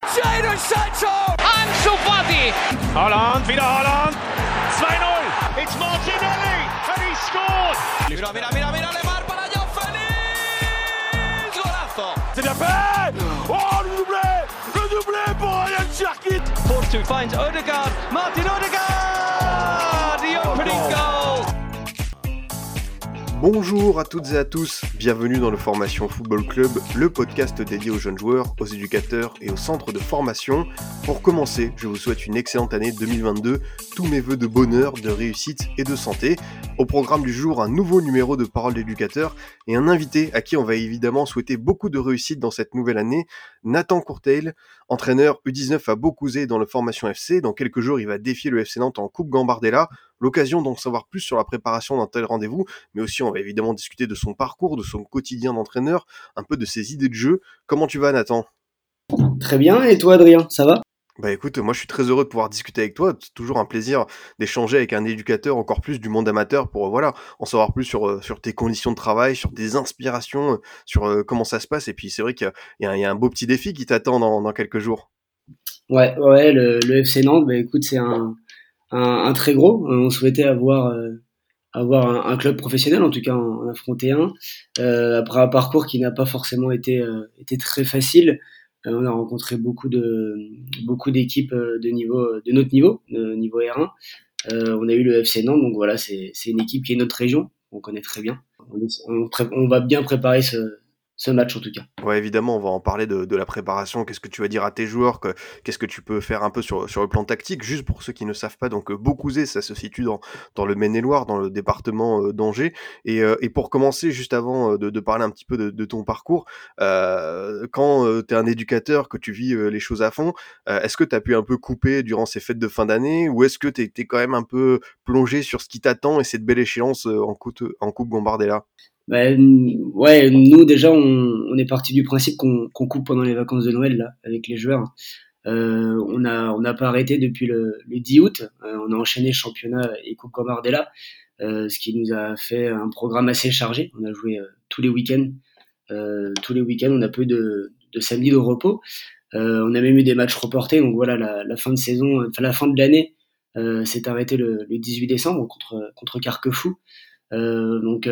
Jadon Sancho! Ansu Fati! Haaland, wieder Haaland! 2-0! It's Martinelli! And he scored! Mira, Lemar para João Félix! Golazo! C'est bien fait! Oh, le doublé pour Ryan Cherki! Force finds Odegaard, Martin Odegaard! The opening goal! Bonjour à toutes et à tous, bienvenue dans le Formation Football Club, le podcast dédié aux jeunes joueurs, aux éducateurs et aux centres de formation. Pour commencer, je vous souhaite une excellente année 2022, tous mes vœux de bonheur, de réussite et de santé. Au programme du jour, un nouveau numéro de Parole d'éducateur et un invité à qui on va évidemment souhaiter beaucoup de réussite dans cette nouvelle année, Nathan Courteil, entraîneur U19 à Beaucouzé dans le Formation FC. Dans quelques jours, il va défier le FC Nantes en Coupe Gambardella. L'occasion d'en savoir plus sur la préparation d'un tel rendez-vous, mais aussi on va évidemment discuter de son parcours, de son quotidien d'entraîneur, un peu de ses idées de jeu. Comment tu vas, Nathan ? Très bien, et toi Adrien, ça va ? Bah écoute, moi je suis très heureux de pouvoir discuter avec toi, c'est toujours un plaisir d'échanger avec un éducateur encore plus du monde amateur pour en savoir plus sur tes conditions de travail, sur tes inspirations, sur comment ça se passe, et puis c'est vrai qu'il y a un beau petit défi qui t'attend dans quelques jours. Ouais, le FC Nantes, bah écoute, c'est un très gros. On souhaitait avoir un club professionnel, en tout cas en affronter un. Après un parcours qui n'a pas forcément été très facile, on a rencontré beaucoup d'équipes de notre niveau, de niveau R1. On a eu le FC Nantes, donc voilà, c'est une équipe qui est notre région, on connaît très bien. On va bien préparer ce match en tout cas. Ouais, évidemment, on va en parler de la préparation. Qu'est-ce que tu vas dire à tes joueurs, qu'est-ce que tu peux faire un peu sur le plan tactique, juste pour ceux qui ne savent pas. Donc Beaucouzé, ça se situe dans le Maine-et-Loire, dans le département d'Angers. Et pour commencer, juste avant de parler un petit peu de ton parcours, quand tu es un éducateur, que tu vis les choses à fond, est-ce que tu as pu un peu couper durant ces fêtes de fin d'année, ou est-ce que tu es quand même un peu plongé sur ce qui t'attend et cette belle échéance en Coupe Gambardella ? Ouais, nous déjà on est parti du principe qu'on coupe pendant les vacances de Noël là avec les joueurs. On n'a pas arrêté depuis le 10 août. On a enchaîné championnat et Coupe Gambardella, ce qui nous a fait un programme assez chargé. On a joué tous les week-ends. On a peu de samedi de repos. On a même eu des matchs reportés. Donc voilà, la fin de saison, enfin la fin de l'année s'est arrêtée le 18 décembre contre Carquefou. On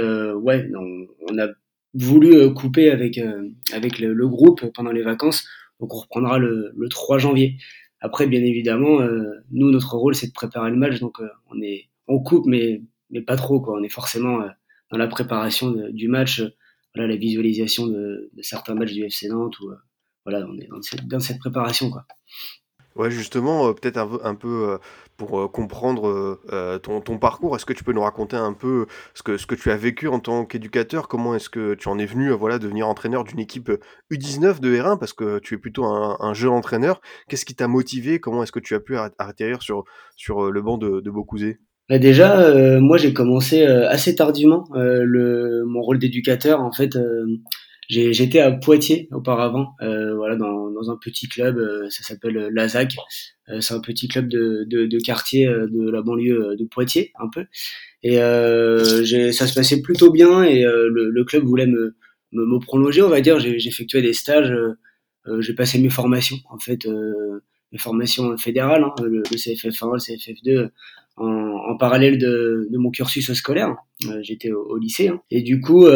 a voulu couper avec le groupe pendant les vacances, donc on reprendra le 3 janvier. Après, bien évidemment, nous notre rôle c'est de préparer le match, donc on coupe mais pas trop quoi. On est forcément dans la préparation du match, la visualisation de certains matchs du FC Nantes, ou on est dans cette préparation quoi. Ouais, justement, peut-être un peu pour comprendre ton parcours, est-ce que tu peux nous raconter un peu ce que tu as vécu en tant qu'éducateur? Comment est-ce que tu en es venu à devenir entraîneur d'une équipe U19 de R1, parce que tu es plutôt un jeune entraîneur. Qu'est-ce qui t'a motivé? Comment est-ce que tu as pu atterrir sur le banc de Beaucouzé? Bah déjà, moi j'ai commencé assez tardivement mon rôle d'éducateur. En fait, j'étais à Poitiers auparavant, dans un petit club, ça s'appelle l'ASAC. C'est un petit club de quartier de la banlieue de Poitiers, un peu. Et ça se passait plutôt bien, et le club voulait me prolonger, on va dire. J'ai effectué des stages, j'ai passé mes formations, en fait, mes formations fédérales, hein, le CFF1, le CFF2, en parallèle de mon cursus scolaire. J'étais au lycée, hein. Et du coup,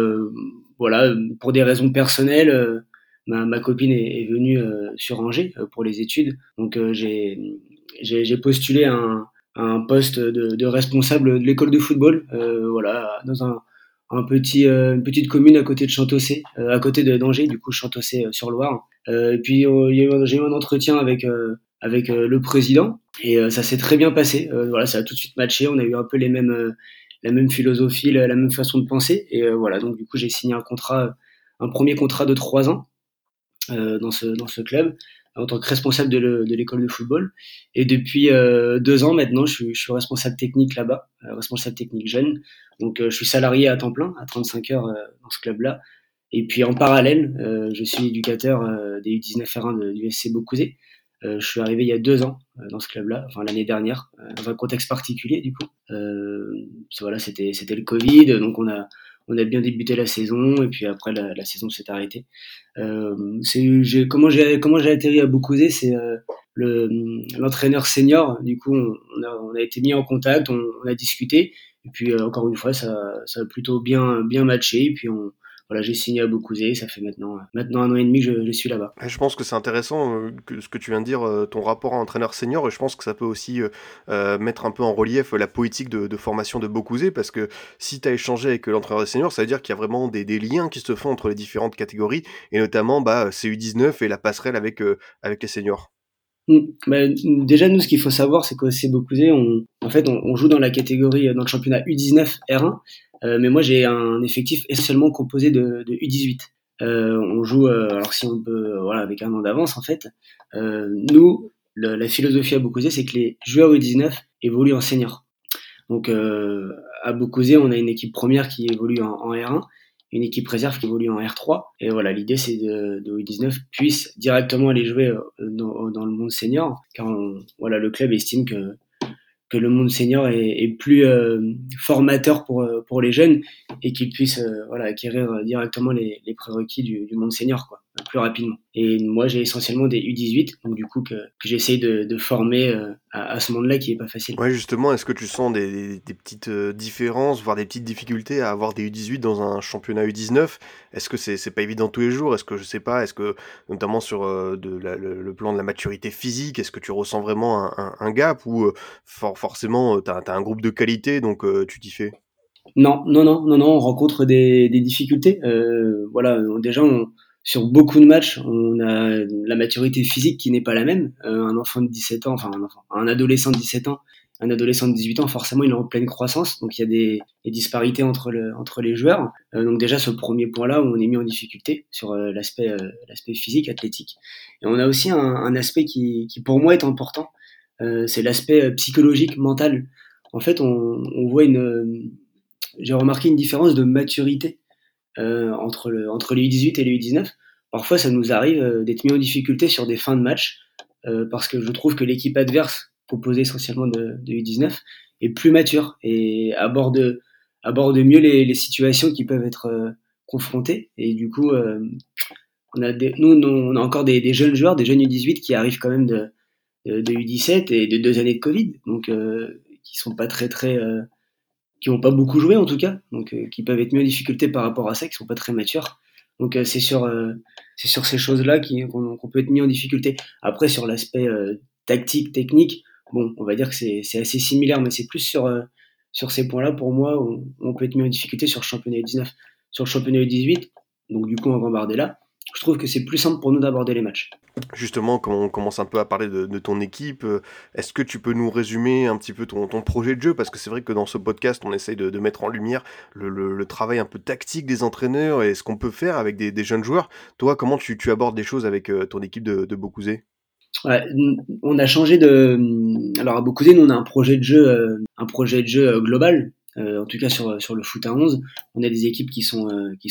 pour des raisons personnelles, ma copine est venue sur Angers pour les études. Donc j'ai postulé à un poste de responsable de l'école de football, dans une petite commune à côté de Chantossé, à côté d'Angers, du coup Chantossé sur Loire. Et puis j'ai eu un entretien avec le président, et ça s'est très bien passé. Ça a tout de suite matché. On a eu un peu la même philosophie, la même façon de penser. Et donc du coup j'ai signé un premier contrat de 3 ans dans ce club, en tant que responsable de l'école de football. Et depuis 2 ans maintenant, je suis responsable technique là-bas, responsable technique jeune. Donc je suis salarié à temps plein, à 35 heures dans ce club-là. Et puis en parallèle, je suis éducateur des U19 R1 du SC Beaucouzé. Je suis arrivé il y a 2 ans dans ce club-là, enfin l'année dernière, dans un contexte particulier du coup. C'était le Covid, donc on on a bien débuté la saison et puis après la saison s'est arrêtée. Comment j'ai atterri à Bokouzé, c'est l'entraîneur senior. Du coup, on a été mis en contact, on a discuté et puis encore une fois, ça a plutôt bien matché. Et puis voilà, j'ai signé à Bokouzé, ça fait maintenant 1 an et demi que je suis là-bas. Je pense que c'est intéressant ce que tu viens de dire, ton rapport à entraîneur senior, et je pense que ça peut aussi mettre un peu en relief la politique de formation de Bokouzé, parce que si tu as échangé avec l'entraîneur senior, ça veut dire qu'il y a vraiment des liens qui se font entre les différentes catégories, et notamment CU19 et la passerelle avec les seniors. Déjà, nous, ce qu'il faut savoir, c'est qu'au FC Bokouzé, on joue dans la catégorie, dans le championnat U19 R1, mais moi, j'ai un effectif essentiellement composé de U18. On joue, alors si on peut, voilà, avec 1 an d'avance, en fait. Nous, la philosophie à Bokouzé, c'est que les joueurs U19 évoluent en senior. Donc, à Bokouzé, on a une équipe première qui évolue en R1, une équipe réserve qui évolue en R3. Et voilà, l'idée, c'est de U19 puisse directement aller jouer dans le monde senior, car le club estime que le monde senior est plus formateur pour les jeunes et qu'ils puissent acquérir directement les prérequis du monde senior, quoi, plus rapidement. Et moi, j'ai essentiellement des U18, donc du coup que j'essaye de former à ce monde-là qui est pas facile. Ouais, justement, est-ce que tu sens des petites différences, voire des petites difficultés à avoir des U18 dans un championnat U19 ? Est-ce que c'est pas évident tous les jours ? Est-ce que, je sais pas, notamment sur le plan de la maturité physique, est-ce que tu ressens vraiment un gap, ou forcément t'as un groupe de qualité, donc tu t'y fais ? Non, on rencontre des difficultés. Déjà, sur beaucoup de matchs, on a la maturité physique qui n'est pas la même. Un enfant de 17 ans, un adolescent de 17 ans, un adolescent de 18 ans, forcément, il est en pleine croissance. Donc, il y a des disparités entre les joueurs. Donc, déjà, ce premier point-là, où on est mis en difficulté sur l'aspect physique, athlétique. Et on a aussi un aspect qui, pour moi, est important. C'est l'aspect psychologique, mental. En fait, on voit j'ai remarqué une différence de maturité entre les U18 et les U19. Parfois, ça nous arrive d'être mis en difficulté sur des fins de match parce que je trouve que l'équipe adverse, composée essentiellement de U19, est plus mature et aborde mieux les situations qui peuvent être confrontées. Et du coup, on a encore des jeunes joueurs, des jeunes U18 qui arrivent quand même de U17 et de 2 années de Covid, donc qui sont pas très qui n'ont pas beaucoup joué en tout cas, donc qui peuvent être mis en difficulté par rapport à ça, qui sont pas très matures. Donc c'est sur ces choses-là qu'on peut être mis en difficulté. Après, sur l'aspect tactique, technique, bon, on va dire que c'est assez similaire, mais c'est plus sur ces points-là, pour moi, où on peut être mis en difficulté sur le championnat U19. Sur le championnat U18, donc du coup on va embarder là, je trouve que c'est plus simple pour nous d'aborder les matchs. Justement, quand on commence un peu à parler de ton équipe, est-ce que tu peux nous résumer un petit peu ton projet de jeu ? Parce que c'est vrai que dans ce podcast, on essaye de mettre en lumière le travail un peu tactique des entraîneurs et ce qu'on peut faire avec des jeunes joueurs. Toi, comment tu abordes les choses avec ton équipe de Bokouzé ? Ouais, on a changé alors à Bokouzé, nous on a un projet de jeu global. En tout cas sur le foot à 11, on a des équipes qui sont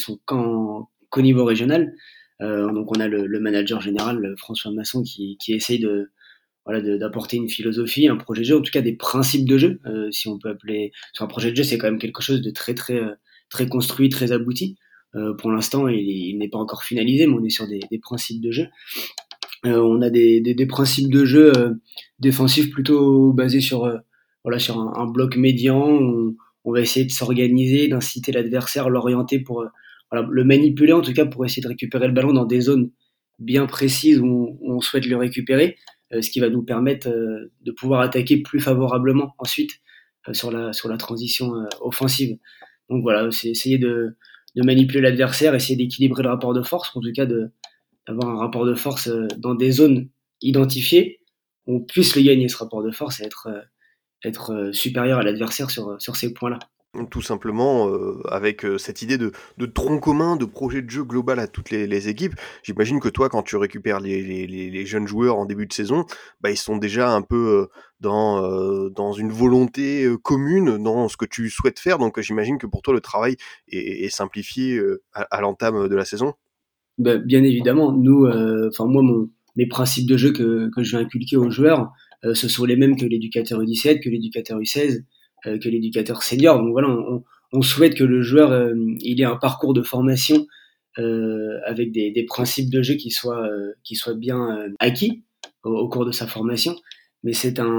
qu'au niveau régional. Donc on a le manager général François Masson qui essaye d'apporter une philosophie, un projet de jeu, en tout cas des principes de jeu, si on peut appeler. Sur un projet de jeu, c'est quand même quelque chose de très très construit, très abouti. Pour l'instant, il n'est pas encore finalisé, mais on est sur des principes de jeu. On a des principes de jeu défensifs plutôt basés sur un bloc médian. On va essayer de s'organiser, d'inciter l'adversaire, l'orienter pour le manipuler en tout cas, pour essayer de récupérer le ballon dans des zones bien précises où on souhaite le récupérer, ce qui va nous permettre de pouvoir attaquer plus favorablement ensuite sur la transition offensive. Donc voilà, c'est essayer de manipuler l'adversaire, essayer d'équilibrer le rapport de force, en tout cas d'avoir un rapport de force dans des zones identifiées, où on puisse le gagner, ce rapport de force, et être supérieur à l'adversaire sur ces points-là. Tout simplement avec cette idée de tronc commun, de projet de jeu global à toutes les équipes. J'imagine que toi, quand tu récupères les jeunes joueurs en début de saison, ils sont déjà un peu dans une volonté commune, dans ce que tu souhaites faire. Donc j'imagine que pour toi, le travail est simplifié à l'entame de la saison. Bien évidemment, nous, mes principes de jeu que je vais inculquer aux joueurs, ce sont les mêmes que l'éducateur U17, que l'éducateur U16, que l'éducateur senior. Donc voilà, on souhaite que le joueur il ait un parcours de formation avec des principes de jeu qui soient bien acquis au cours de sa formation. Mais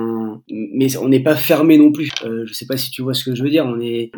on n'est pas fermé non plus. Je sais pas si tu vois ce que je veux dire.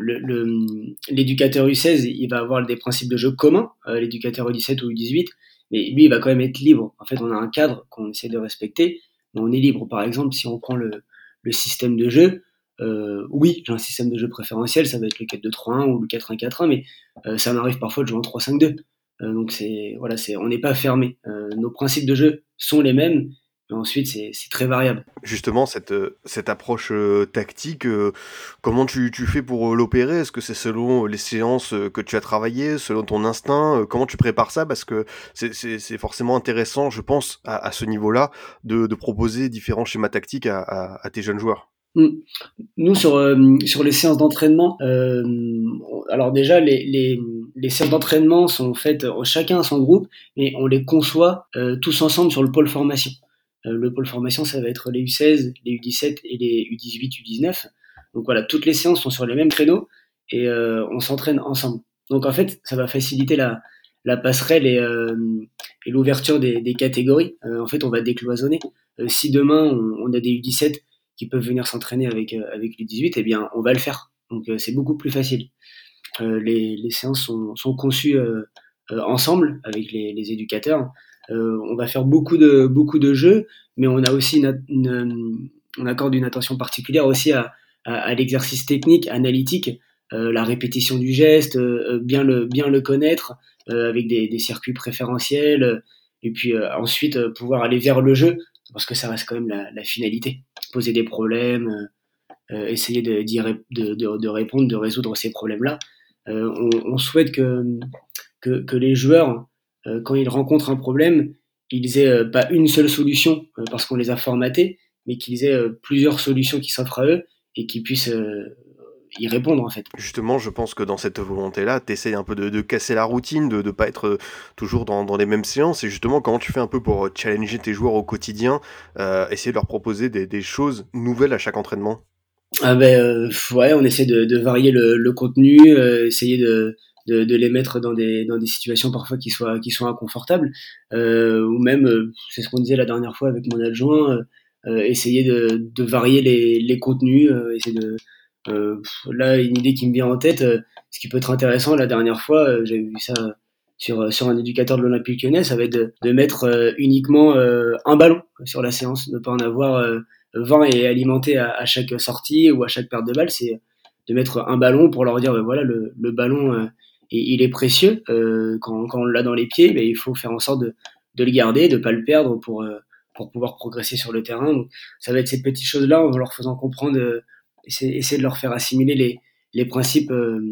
L'éducateur U16, il va avoir des principes de jeu communs, l'éducateur U17 ou U18, mais lui, il va quand même être libre. En fait, on a un cadre qu'on essaie de respecter, mais on est libre. Par exemple, si on prend le système de jeu, oui, j'ai un système de jeu préférentiel, ça va être le 4-2-3-1 ou le 4-1-4-1, mais ça m'arrive parfois de jouer en 3-5-2. Donc on n'est pas fermé. Nos principes de jeu sont les mêmes. Mais ensuite, c'est très variable. Justement, cette approche tactique, comment tu fais pour l'opérer? Est-ce que c'est selon les séances que tu as travaillées, selon ton instinct? Comment tu prépares ça? Parce que c'est forcément intéressant, je pense, à ce niveau-là, de proposer différents schémas tactiques à tes jeunes joueurs. Nous, sur les séances d'entraînement, alors déjà, les séances d'entraînement sont faites chacun à son groupe, mais on les conçoit tous ensemble sur le pôle formation. Le pôle formation, ça va être les U16, les U17 et les U18, U19. Donc voilà, toutes les séances sont sur les mêmes créneaux et on s'entraîne ensemble. Donc en fait, ça va faciliter la passerelle et l'ouverture des catégories. En fait, on va décloisonner. Si demain, on a des U17 qui peuvent venir s'entraîner avec les 18, eh bien, on va le faire. Donc c'est beaucoup plus facile. Les séances sont conçues ensemble avec les éducateurs. On va faire beaucoup de jeux, mais on a aussi on accorde une attention particulière aussi à l'exercice technique, analytique, la répétition du geste, bien le connaître, avec des circuits préférentiels, et puis ensuite pouvoir aller vers le jeu, parce que ça reste quand même la finalité. Poser des problèmes, essayer de répondre, de résoudre ces problèmes-là. On souhaite que les joueurs, quand ils rencontrent un problème, ils aient pas une seule solution parce qu'on les a formatés, mais qu'ils aient plusieurs solutions qui s'offrent à eux et qu'ils puissent y répondre en fait. Justement, je pense que dans cette volonté-là, tu essayes un peu de casser la routine, de pas être toujours dans les mêmes séances. Et justement, comment tu fais un peu pour challenger tes joueurs au quotidien, essayer de leur proposer des choses nouvelles à chaque entraînement? Ouais, on essaie de varier le contenu, essayer de les mettre dans des situations parfois qui soient inconfortables, ou même c'est ce qu'on disait la dernière fois avec mon adjoint, essayer de varier les contenus, essayer de là une idée qui me vient en tête, ce qui peut être intéressant la dernière fois, j'avais vu ça sur un éducateur de l'Olympique Lyonnais, ça va être de mettre uniquement un ballon sur la séance, ne pas en avoir 20 et alimenter à chaque sortie ou à chaque perte de balle, c'est de mettre un ballon pour leur dire voilà le ballon il est précieux, quand on l'a dans les pieds, il faut faire en sorte de le garder, de pas le perdre pour pouvoir progresser sur le terrain. Donc, ça va être ces petites choses-là, en leur faisant comprendre, essayer de leur faire assimiler les principes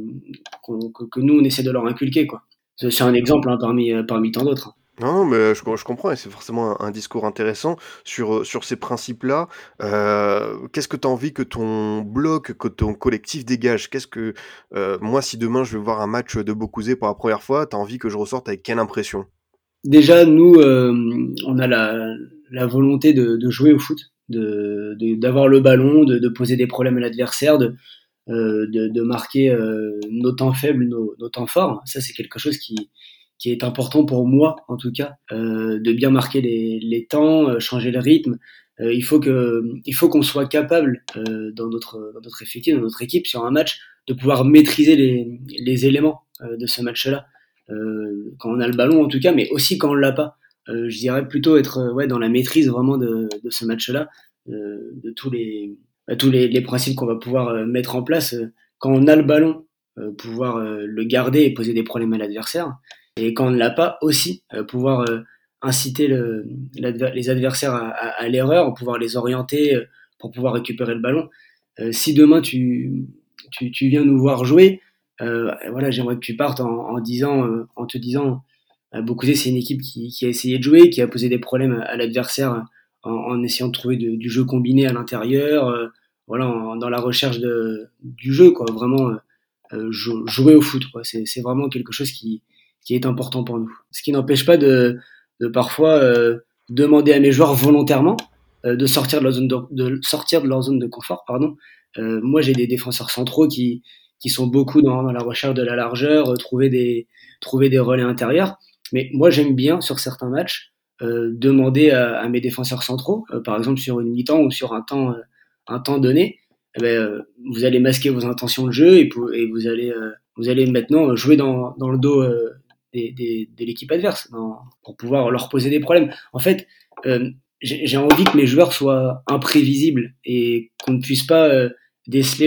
que nous on essaie de leur inculquer, quoi. C'est un exemple parmi tant d'autres. Non, mais je comprends et c'est forcément un discours intéressant sur ces principes-là. Qu'est-ce que tu as envie que ton bloc, que ton collectif dégage? Qu'est-ce que moi, si demain je vais voir un match de Bokouzé pour la première fois, tu as envie que je ressorte avec quelle impression? Déjà, nous, on a la volonté de jouer au foot, d'avoir le ballon, de poser des problèmes à l'adversaire, de marquer nos temps faibles, nos temps forts. Ça, c'est quelque chose qui est important pour moi, en tout cas, de bien marquer les temps, changer le rythme. Il faut qu'on soit capable, dans notre effectif, dans notre équipe, sur un match, de pouvoir maîtriser les éléments de ce match-là. Quand on a le ballon, en tout cas, mais aussi quand on l'a pas. Je dirais plutôt être dans la maîtrise vraiment de ce match-là, de tous les principes qu'on va pouvoir mettre en place. Quand on a le ballon, pouvoir le garder et poser des problèmes à l'adversaire. Et quand on ne l'a pas, aussi pouvoir inciter les adversaires à l'erreur, pouvoir les orienter pour pouvoir récupérer le ballon. Si demain tu viens nous voir jouer, voilà, j'aimerais que tu partes en te disant Bokouzé, c'est une équipe qui a essayé de jouer, qui a posé des problèmes à l'adversaire en essayant de trouver du jeu combiné à l'intérieur, voilà, dans la recherche du jeu, quoi. Vraiment jouer au foot, quoi. C'est vraiment quelque chose qui est important pour nous. Ce qui n'empêche pas de parfois demander à mes joueurs volontairement de sortir de leur zone de confort, pardon. Moi, j'ai des défenseurs centraux qui qui sont beaucoup dans la recherche de la largeur, trouver des relais intérieurs. Mais moi, j'aime bien, sur certains matchs, demander à mes défenseurs centraux, par exemple sur une mi-temps ou sur un temps donné, vous allez masquer vos intentions de jeu et vous allez maintenant jouer dans le dos de l'équipe adverse pour pouvoir leur poser des problèmes. En fait, j'ai envie que mes joueurs soient imprévisibles et qu'on ne puisse pas déceler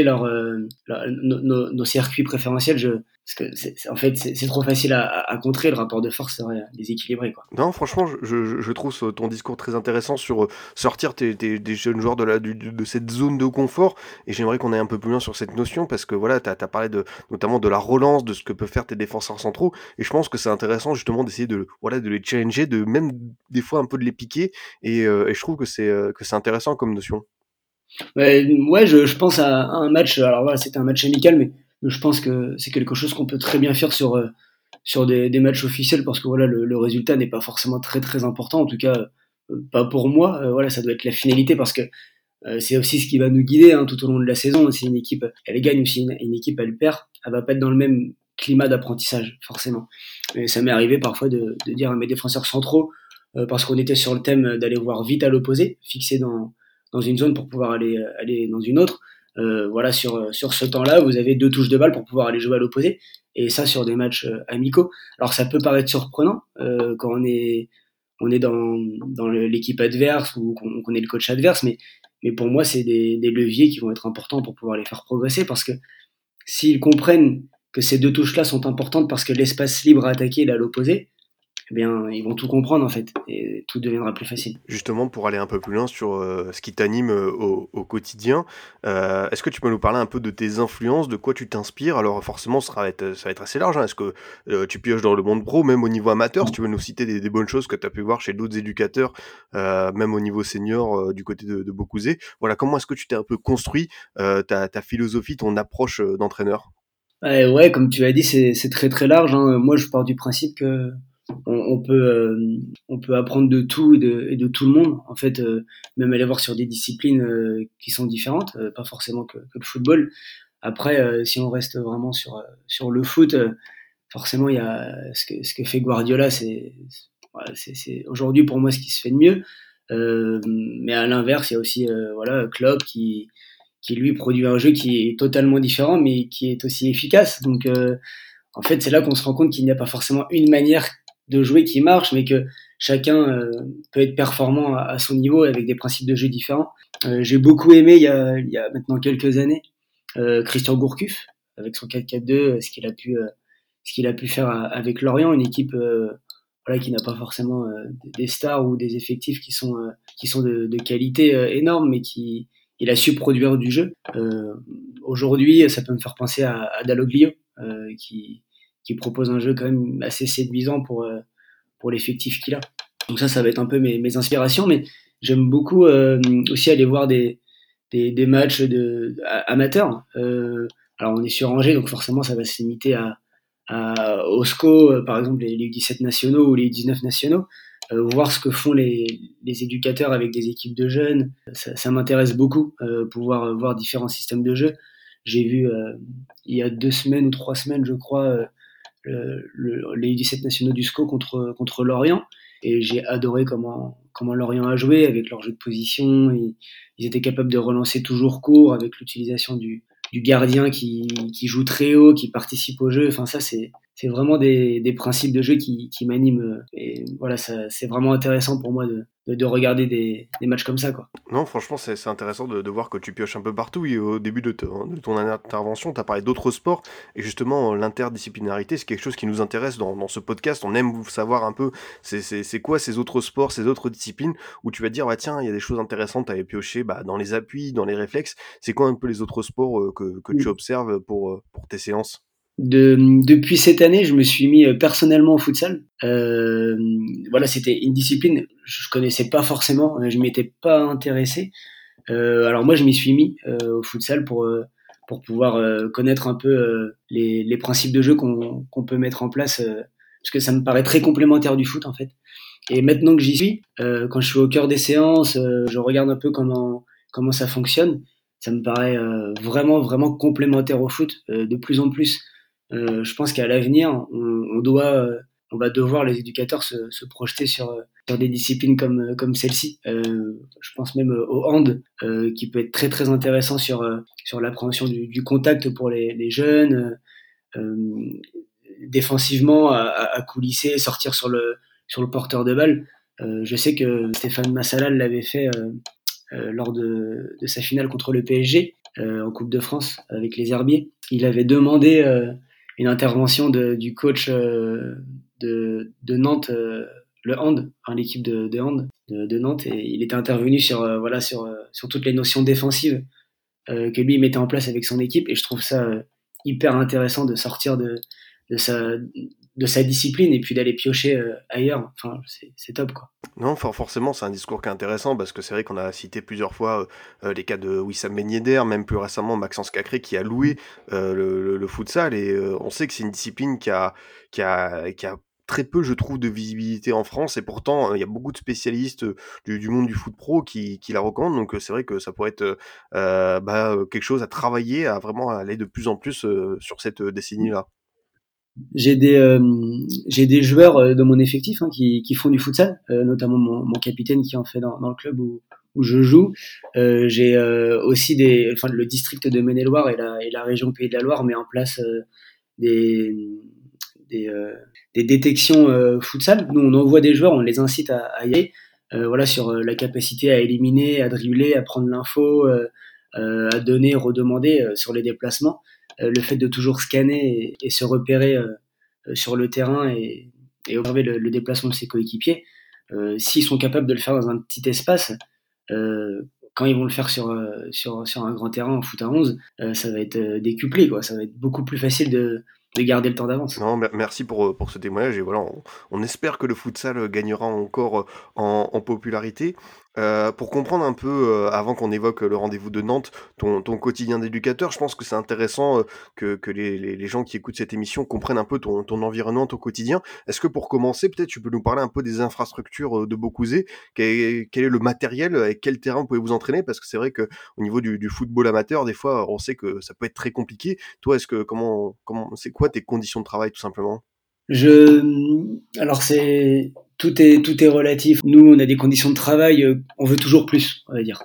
nos circuits préférentiels. Parce que en fait, c'est trop facile à contrer. Le rapport de force serait déséquilibré, quoi. Non, franchement, je trouve ton discours très intéressant sur sortir des jeunes joueurs de cette zone de confort, et j'aimerais qu'on aille un peu plus loin sur cette notion, parce que voilà, t'as parlé notamment de la relance, de ce que peuvent faire tes défenseurs centraux, et je pense que c'est intéressant justement d'essayer de les challenger, de même des fois un peu de les piquer, et je trouve que c'est intéressant comme notion. Ouais, je pense à un match. Alors voilà, c'était un match amical, mais je pense que c'est quelque chose qu'on peut très bien faire sur des matchs officiels, parce que voilà, le résultat n'est pas forcément très très important, en tout cas pas pour moi. Voilà, ça doit être la finalité, parce que c'est aussi ce qui va nous guider, hein, tout au long de la saison. Si une équipe elle gagne ou si une équipe elle perd, elle va pas être dans le même climat d'apprentissage forcément. Et ça m'est arrivé parfois de dire à mes défenseurs centraux, parce qu'on était sur le thème d'aller voir vite à l'opposé, fixé dans une zone pour pouvoir aller dans une autre. Voilà, sur ce temps-là, vous avez 2 touches de balle pour pouvoir aller jouer à l'opposé, et ça sur des matchs amicaux. Alors ça peut paraître surprenant quand on est dans l'équipe adverse ou qu'on est le coach adverse, mais pour moi c'est des leviers qui vont être importants pour pouvoir les faire progresser, parce que s'ils comprennent que ces 2 touches-là sont importantes parce que l'espace libre à attaquer est à l'opposé, eh bien, ils vont tout comprendre en fait, et tout deviendra plus facile. Justement, pour aller un peu plus loin sur ce qui t'anime au quotidien, est-ce que tu peux nous parler un peu de tes influences, de quoi tu t'inspires? Alors forcément, ça va être assez large, hein. Est-ce que tu pioches dans le monde pro, même au niveau amateur? Si tu veux nous citer des bonnes choses que tu as pu voir chez d'autres éducateurs, même au niveau senior du côté de Beaucouzé. Voilà, comment est-ce que tu t'es un peu construit ta philosophie, ton approche d'entraîneur? Ouais, comme tu as dit, c'est très très large, hein. Moi, je pars du principe que on peut apprendre de tout et de tout le monde, en fait, même aller voir sur des disciplines qui sont différentes, pas forcément que le football. Après, si on reste vraiment sur le foot, forcément il y a ce que fait Guardiola, voilà, c'est aujourd'hui pour moi ce qui se fait de mieux. Mais à l'inverse, il y a aussi voilà, Klopp qui lui produit un jeu qui est totalement différent, mais qui est aussi efficace. Donc en fait, c'est là qu'on se rend compte qu'il n'y a pas forcément une manière de jouer qui marche, mais que chacun peut être performant à son niveau avec des principes de jeu différents. J'ai beaucoup aimé il y a maintenant quelques années Christian Gourcuff avec son 4-4-2, ce qu'il a pu faire avec Lorient, une équipe voilà, qui n'a pas forcément des stars ou des effectifs qui sont de qualité énorme, mais il a su produire du jeu. Aujourd'hui, ça peut me faire penser à Dalloglio, qui propose un jeu quand même assez séduisant pour l'effectif qu'il a. Donc ça va être un peu mes inspirations, mais j'aime beaucoup aussi aller voir des matchs amateurs. Alors on est sur Angers, donc forcément ça va se limiter au SCO, par exemple les U17 nationaux ou les U19 nationaux. Voir ce que font les éducateurs avec des équipes de jeunes, ça m'intéresse beaucoup, pouvoir voir différents systèmes de jeu. J'ai vu il y a 2 semaines ou 3 semaines, je crois, les U17 nationaux du SCO contre Lorient, et j'ai adoré comment Lorient a joué avec leur jeu de position. Ils étaient capables de relancer toujours court avec l'utilisation du gardien qui joue très haut, qui participe au jeu. Enfin ça c'est vraiment des principes de jeu qui m'animent, et voilà, ça c'est vraiment intéressant pour moi de regarder des matchs comme ça, quoi. Non, franchement, c'est intéressant de voir que tu pioches un peu partout. Et au début de ton intervention, tu as parlé d'autres sports. Et justement, l'interdisciplinarité, c'est quelque chose qui nous intéresse dans ce podcast. On aime savoir un peu c'est quoi ces autres sports, ces autres disciplines où tu vas te dire, bah, tiens, il y a des choses intéressantes à aller piocher dans les appuis, dans les réflexes. C'est quoi un peu les autres sports que tu observes pour tes séances? Depuis cette année, je me suis mis personnellement au futsal. Voilà, c'était une discipline je connaissais pas forcément, je m'étais pas intéressé. Alors moi, je m'y suis mis au futsal pour pouvoir connaître un peu les principes de jeu qu'on peut mettre en place, parce que ça me paraît très complémentaire du foot en fait. Et maintenant que j'y suis, quand je suis au cœur des séances, je regarde un peu comment ça fonctionne. Ça me paraît vraiment, vraiment complémentaire au foot. De plus en plus, je pense qu'à l'avenir, on va devoir, les éducateurs, se projeter sur des disciplines comme celle-ci. Je pense même au hand, qui peut être très, très intéressant sur l'appréhension du contact pour les jeunes, défensivement, à coulisser, sortir sur le porteur de balle. Je sais que Stéphane Massalal l'avait fait lors de sa finale contre le PSG en Coupe de France avec les Herbiers. Il avait demandé une intervention du coach de Nantes, le hand, l'équipe de hand de Nantes, et il était intervenu sur toutes les notions défensives que lui mettait en place avec son équipe, et je trouve ça hyper intéressant de sortir de sa discipline et puis d'aller piocher ailleurs. Enfin, c'est top, quoi. Non, forcément, c'est un discours qui est intéressant parce que c'est vrai qu'on a cité plusieurs fois les cas de Wissam Ben Yedder, même plus récemment Maxence Cacré qui a loué le futsal, et on sait que c'est une discipline qui a très peu, je trouve, de visibilité en France, et pourtant il y a beaucoup de spécialistes du monde du foot pro qui la recommandent, donc c'est vrai que ça pourrait être quelque chose à travailler, à vraiment aller de plus en plus sur cette décennie-là. J'ai des joueurs de mon effectif qui font du futsal, notamment mon capitaine qui en fait dans le club où je joue. J'ai aussi le district de Maine-et-Loire et la région Pays de la Loire met en place des détections futsal. Nous, on envoie des joueurs, on les incite à y aller, sur la capacité à éliminer, à dribbler, à prendre l'info, à donner, redemander sur les déplacements. Le fait de toujours scanner et se repérer sur le terrain et observer le déplacement de ses coéquipiers, s'ils sont capables de le faire dans un petit espace, quand ils vont le faire sur un grand terrain en foot à 11, ça va être décuplé, quoi. Ça va être beaucoup plus facile de garder le temps d'avance. Non, merci pour ce témoignage, et voilà, on espère que le futsal gagnera encore en popularité. Pour comprendre un peu, avant qu'on évoque le rendez-vous de Nantes, ton quotidien d'éducateur, je pense que c'est intéressant que les gens qui écoutent cette émission comprennent un peu ton environnement, ton quotidien. Est-ce que pour commencer, peut-être tu peux nous parler un peu des infrastructures de Beaucouzé? Quel est le matériel, avec quel terrain vous pouvez vous entraîner? Parce que c'est vrai que au niveau du football amateur, des fois, on sait que ça peut être très compliqué. Toi, c'est quoi tes conditions de travail, tout simplement? Alors tout est relatif. Nous, on a des conditions de travail, on veut toujours plus, on va dire.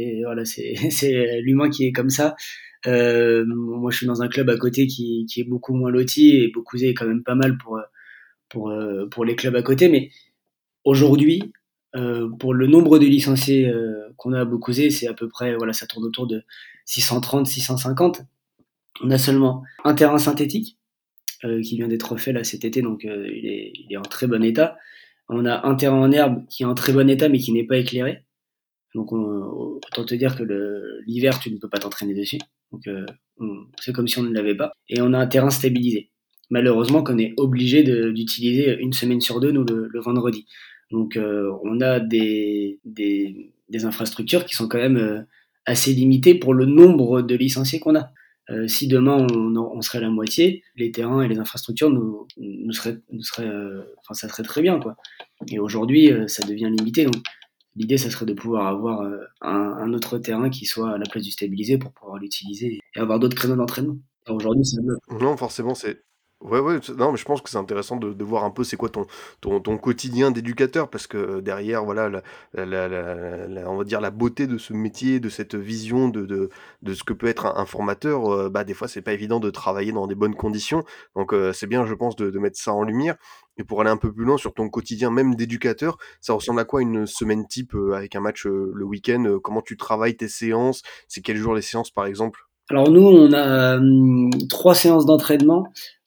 C'est l'humain qui est comme ça. Moi, je suis dans un club à côté qui est beaucoup moins loti, et Beaucouzé est quand même pas mal pour les clubs à côté. Mais aujourd'hui, pour le nombre de licenciés qu'on a à Beaucouzé, c'est à peu près, ça tourne autour de 630, 650. On a seulement un terrain synthétique qui vient d'être refait là cet été, donc il est en très bon état. On a un terrain en herbe qui est en très bon état mais qui n'est pas éclairé. Donc autant te dire que l'hiver tu ne peux pas t'entraîner dessus. Donc c'est comme si on ne l'avait pas. Et on a un terrain stabilisé. Malheureusement qu'on est obligé d'utiliser une semaine sur deux, nous, le vendredi. Donc on a des infrastructures qui sont quand même assez limitées pour le nombre de licenciés qu'on a. Si demain on serait la moitié, les terrains et les infrastructures nous seraient ça serait très bien, quoi. Et aujourd'hui, ça devient limité. Donc l'idée, ça serait de pouvoir avoir un autre terrain qui soit à la place du stabilisé pour pouvoir l'utiliser et avoir d'autres créneaux d'entraînement. Alors aujourd'hui, c'est mieux. Non, forcément, c'est... Ouais, non, mais je pense que c'est intéressant de voir un peu c'est quoi ton quotidien d'éducateur, parce que derrière, voilà, on va dire la beauté de ce métier, de cette vision de ce que peut être un formateur, des fois, c'est pas évident de travailler dans des bonnes conditions, donc c'est bien, je pense, de mettre ça en lumière. Et pour aller un peu plus loin sur ton quotidien, même d'éducateur, ça ressemble à quoi une semaine type avec un match le week-end? Comment tu travailles tes séances? C'est quel jour les séances, par exemple? Alors nous, on a 3 séances d'entraînement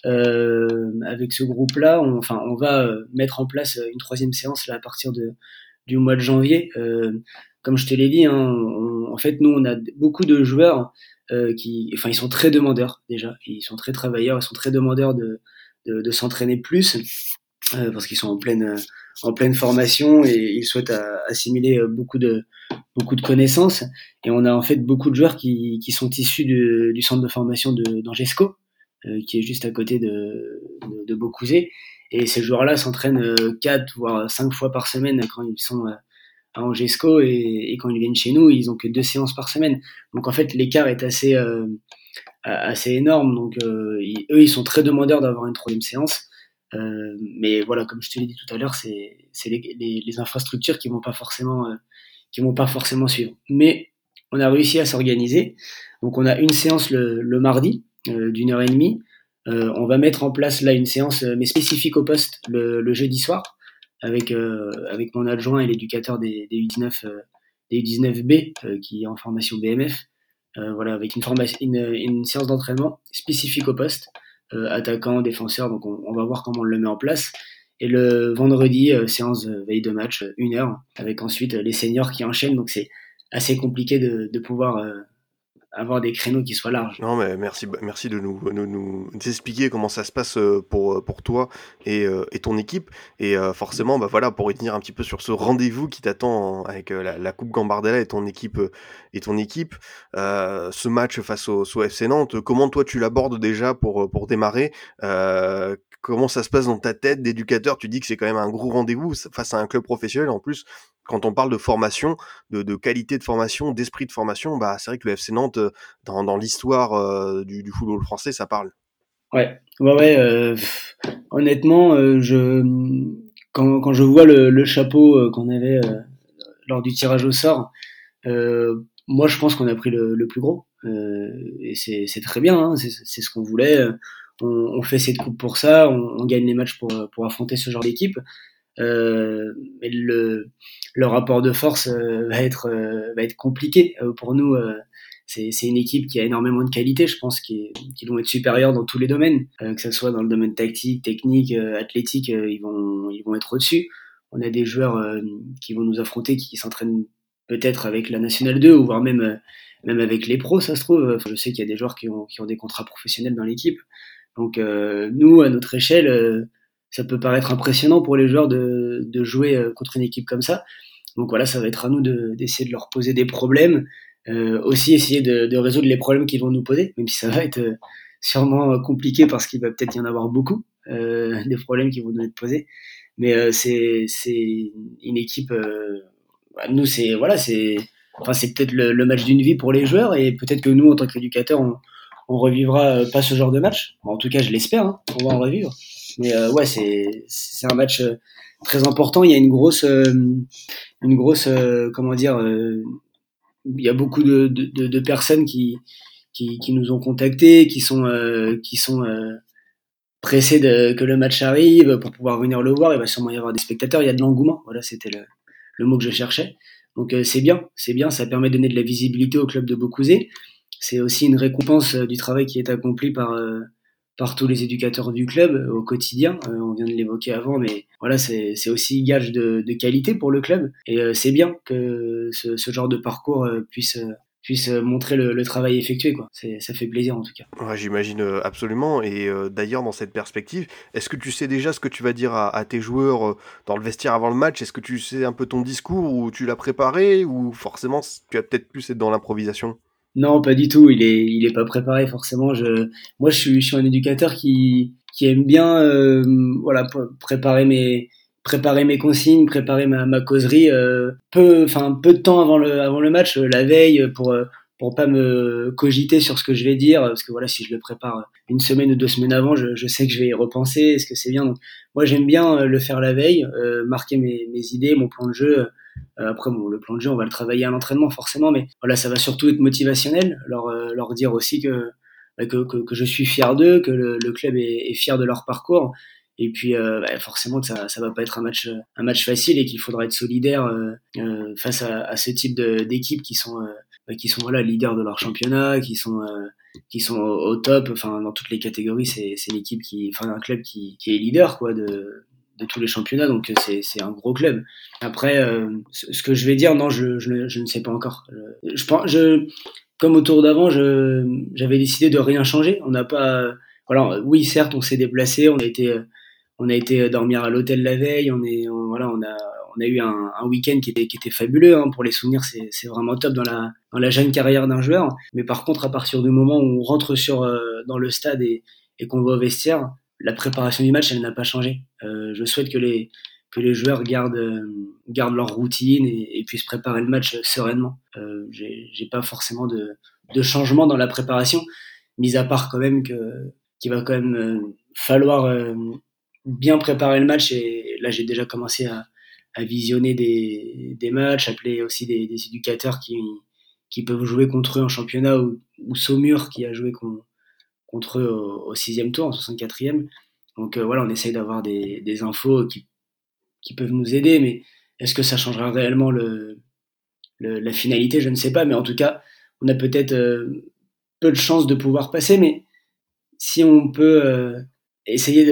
avec ce groupe-là. On va mettre en place une 3e séance là à partir du mois de janvier. Comme je te l'ai dit, en fait, nous, on a beaucoup de joueurs ils sont très demandeurs déjà. Ils sont très travailleurs, ils sont très demandeurs de s'entraîner plus parce qu'ils sont en pleine formation et ils souhaitent assimiler beaucoup de connaissances. Et on a en fait beaucoup de joueurs qui sont issus du centre de formation d'Angesco, qui est juste à côté de Beaucouzé. Et ces joueurs-là s'entraînent 4 voire 5 fois par semaine quand ils sont à Angesco et quand ils viennent chez nous, ils ont que 2 séances par semaine. Donc en fait, l'écart est assez énorme. Donc eux, ils sont très demandeurs d'avoir une 3e séance. Mais voilà, comme je te l'ai dit tout à l'heure, c'est les infrastructures qui vont pas forcément suivre. Mais on a réussi à s'organiser. Donc on a une séance le mardi d'1h30. On va mettre en place là une séance mais spécifique au poste le jeudi soir avec mon adjoint et l'éducateur des U19 des U19B qui est en formation BMF. Voilà, avec une séance d'entraînement spécifique au poste, attaquant, défenseur. Donc on va voir comment on le met en place. Et le vendredi, séance veille de match, 1 heure, avec ensuite les seniors qui enchaînent. Donc c'est assez compliqué de pouvoir avoir des créneaux qui soient larges. Non, mais merci de nous expliquer comment ça se passe pour toi et ton équipe. Et forcément, bah voilà, pour retenir un petit peu sur ce rendez-vous qui t'attend avec la Coupe Gambardella et ton équipe, ce match face au FC Nantes, comment toi tu l'abordes déjà pour démarrer comment ça se passe dans ta tête d'éducateur? Tu dis que c'est quand même un gros rendez-vous face à un club professionnel. En plus, quand on parle de formation, de qualité de formation, d'esprit de formation, bah c'est vrai que le FC Nantes, dans l'histoire du football français, ça parle. Ouais. Honnêtement, quand je vois le chapeau qu'on avait lors du tirage au sort, moi je pense qu'on a pris le plus gros. Et c'est très bien, hein, c'est ce qu'on voulait. On fait cette coupe pour ça, on gagne les matchs pour affronter ce genre d'équipe. Mais le rapport de force va être compliqué pour nous. C'est une équipe qui a énormément de qualité, je pense, qui vont être supérieures dans tous les domaines, que ce soit dans le domaine tactique, technique, athlétique, ils vont être au-dessus. On a des joueurs qui vont nous affronter, qui s'entraînent peut-être avec la Nationale 2, ou voire même avec les pros, ça se trouve. Je sais qu'il y a des joueurs qui ont des contrats professionnels dans l'équipe. Donc nous, à notre échelle, ça peut paraître impressionnant pour les joueurs de jouer contre une équipe comme ça. Donc voilà, ça va être à nous d'essayer de leur poser des problèmes, aussi essayer de résoudre les problèmes qu'ils vont nous poser, même si ça va être sûrement compliqué parce qu'il va peut-être y en avoir beaucoup, des problèmes qui vont nous être posés. Mais c'est une équipe, nous c'est peut-être le match d'une vie pour les joueurs, et peut-être que nous en tant qu'éducateurs on revivra pas ce genre de match. En tout cas, je l'espère, hein, on va en revivre. Mais ouais, c'est un match très important. Il y a une grosse comment dire, il y a beaucoup de personnes qui nous ont contactés, qui sont pressés que le match arrive pour pouvoir venir le voir. Il va sûrement y avoir des spectateurs. Il y a de l'engouement. Voilà, c'était le mot que je cherchais. Donc c'est bien. Ça permet de donner de la visibilité au club de Beaucouzé. C'est aussi une récompense du travail qui est accompli par tous les éducateurs du club au quotidien. On vient de l'évoquer avant, mais voilà, c'est aussi gage de qualité pour le club. Et c'est bien que ce genre de parcours puisse montrer le travail effectué, quoi. Ça fait plaisir en tout cas. Ouais, j'imagine absolument. Et d'ailleurs, dans cette perspective, est-ce que tu sais déjà ce que tu vas dire à tes joueurs dans le vestiaire avant le match? Est-ce que tu sais un peu ton discours, ou tu l'as préparé, ou forcément tu vas peut-être plus être dans l'improvisation? Non, pas du tout. Il est pas préparé forcément. Moi, je suis un éducateur qui aime bien, voilà, préparer mes consignes, préparer ma causerie, peu de temps avant le match, la veille, pour pas me cogiter sur ce que je vais dire, parce que voilà, si je le prépare 1 semaine ou 2 semaines avant, je sais que je vais y repenser. Est-ce que c'est bien? Donc, moi, j'aime bien le faire la veille, marquer mes idées, mon plan de jeu. Après, bon, le plan de jeu, on va le travailler à l'entraînement forcément, mais voilà, ça va surtout être motivationnel, leur dire aussi que je suis fier d'eux, que le club est fier de leur parcours, et puis forcément que ça va pas être un match facile, et qu'il faudra être solidaire face à ce type d'équipes qui sont voilà, leaders de leur championnat, qui sont au top, enfin dans toutes les catégories. C'est l'équipe un club qui est leader, quoi, de tous les championnats, donc c'est un gros club. Après, ce que je vais dire, non, je ne sais pas encore. Comme au tour d'avant, j'avais décidé de rien changer. On n'a pas, voilà, oui, certes, on s'est déplacé, on a été dormir à l'hôtel la veille, on a eu un week-end qui était fabuleux, hein, pour les souvenirs. C'est vraiment top dans la jeune carrière d'un joueur. Mais par contre, à partir du moment où on rentre dans le stade et qu'on va au vestiaire, la préparation du match, elle n'a pas changé. Je souhaite que les joueurs gardent leur routine et puissent préparer le match sereinement. J'ai pas forcément de changement dans la préparation, mis à part quand même qu'il va quand même falloir bien préparer le match. Et là, j'ai déjà commencé à visionner des matchs, appeler aussi des éducateurs qui peuvent jouer contre eux en championnat, ou Saumur qui a joué contre eux au 6e tour, en 64e. Donc voilà, on essaye d'avoir des infos qui peuvent nous aider, mais est-ce que ça changera réellement la finalité? Je ne sais pas, mais en tout cas, on a peut-être peu de chances de pouvoir passer, mais si on peut essayer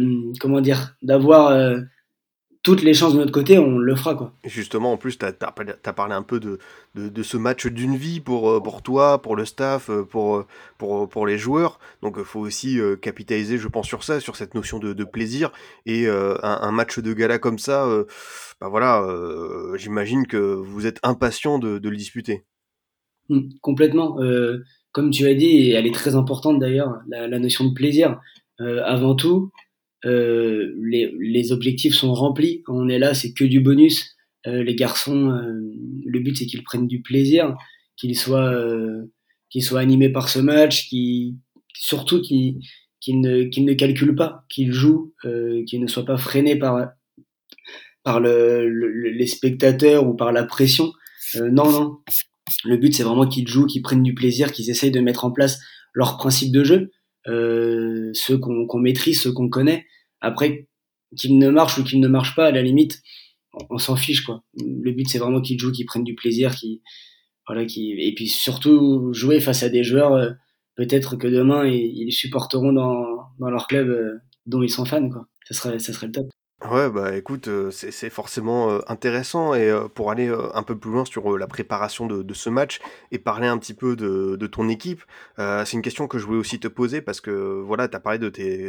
d'avoir toutes les chances de notre côté, on le fera, quoi. Justement, en plus, t'as parlé un peu de ce match d'une vie pour toi, pour le staff, pour les joueurs. Donc, il faut aussi capitaliser, je pense, sur ça, sur cette notion de plaisir. Et un match de gala comme ça, j'imagine que vous êtes impatient de le disputer. Complètement. Comme tu as dit, et elle est très importante d'ailleurs, la notion de plaisir. Avant tout, les objectifs sont remplis. Quand on est là, c'est que du bonus. Les garçons, le but c'est qu'ils prennent du plaisir, qu'ils soient animés par ce match, surtout qu'ils ne calculent pas, qu'ils jouent, qu'ils ne soient pas freinés par les spectateurs ou par la pression. Non. Le but c'est vraiment qu'ils jouent, qu'ils prennent du plaisir, qu'ils essayent de mettre en place leurs principes de jeu, ceux qu'on maîtrise, ceux qu'on connaît. Après, qu'ils ne marchent ou qu'ils ne marchent pas, à la limite, on s'en fiche, quoi. Le but, c'est vraiment qu'ils jouent, qu'ils prennent du plaisir, et puis surtout jouer face à des joueurs, peut-être que demain, ils supporteront dans leur club dont ils sont fans, quoi. Ça serait le top. Ouais, bah écoute, c'est forcément intéressant. Et pour aller un peu plus loin sur la préparation de ce match et parler un petit peu de ton équipe, c'est une question que je voulais aussi te poser parce que voilà, tu as parlé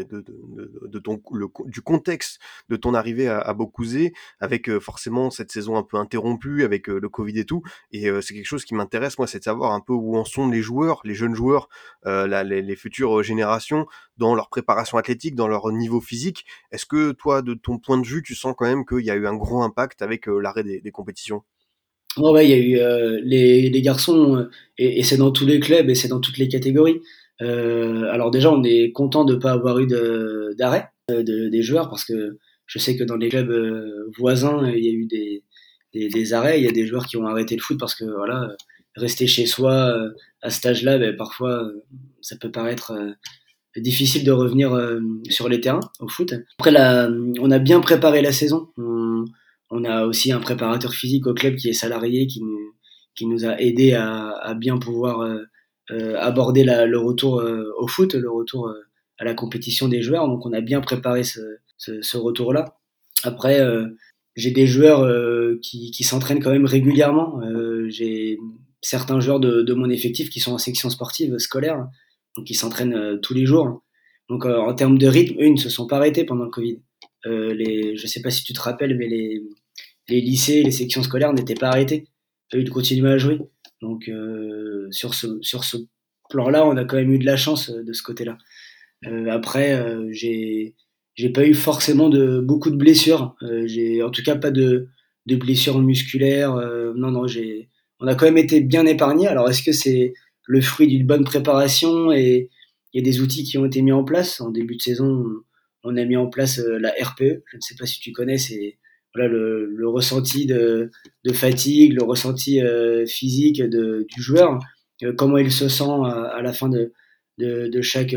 du contexte de ton arrivée à Beaucouzé, avec forcément cette saison un peu interrompue avec le Covid et tout. Et c'est quelque chose qui m'intéresse, moi, c'est de savoir un peu où en sont les joueurs, les jeunes joueurs, les futures générations, dans leur préparation athlétique, dans leur niveau physique. Est-ce que toi, de ton point de vue, tu sens quand même qu'il y a eu un gros impact avec l'arrêt des compétitions? Ouais, il y a eu les garçons, et c'est dans tous les clubs et c'est dans toutes les catégories. Alors déjà, on est content de pas avoir eu d'arrêt des joueurs, parce que je sais que dans les clubs voisins, il y a eu des arrêts. Il y a des joueurs qui ont arrêté le foot parce que voilà, rester chez soi à cet âge-là, parfois ça peut paraître difficile de revenir sur les terrains au foot. Après, on a bien préparé la saison. On a aussi un préparateur physique au club qui est salarié, qui nous a aidé à bien pouvoir aborder le retour au foot, le retour à la compétition des joueurs. Donc on a bien préparé ce retour-là. Après, j'ai des joueurs qui s'entraînent quand même régulièrement. J'ai certains joueurs de mon effectif qui sont en section sportive scolaire, donc ils s'entraînent tous les jours. Donc en termes de rythme, eux, ils ne se sont pas arrêtés pendant le Covid. Je sais pas si tu te rappelles, mais les lycées, les sections scolaires n'étaient pas arrêtés. Eux, ils continuaient à jouer. Donc sur ce plan-là, on a quand même eu de la chance de ce côté-là. Après, j'ai pas eu forcément beaucoup de blessures. J'ai en tout cas pas de blessures musculaires. Non, on a quand même été bien épargnés. Alors est-ce que c'est le fruit d'une bonne préparation et des outils qui ont été mis en place? En début de saison, on a mis en place la RPE. Je ne sais pas si tu connais, c'est voilà, le ressenti de fatigue, le ressenti physique du joueur, comment il se sent à la fin de chaque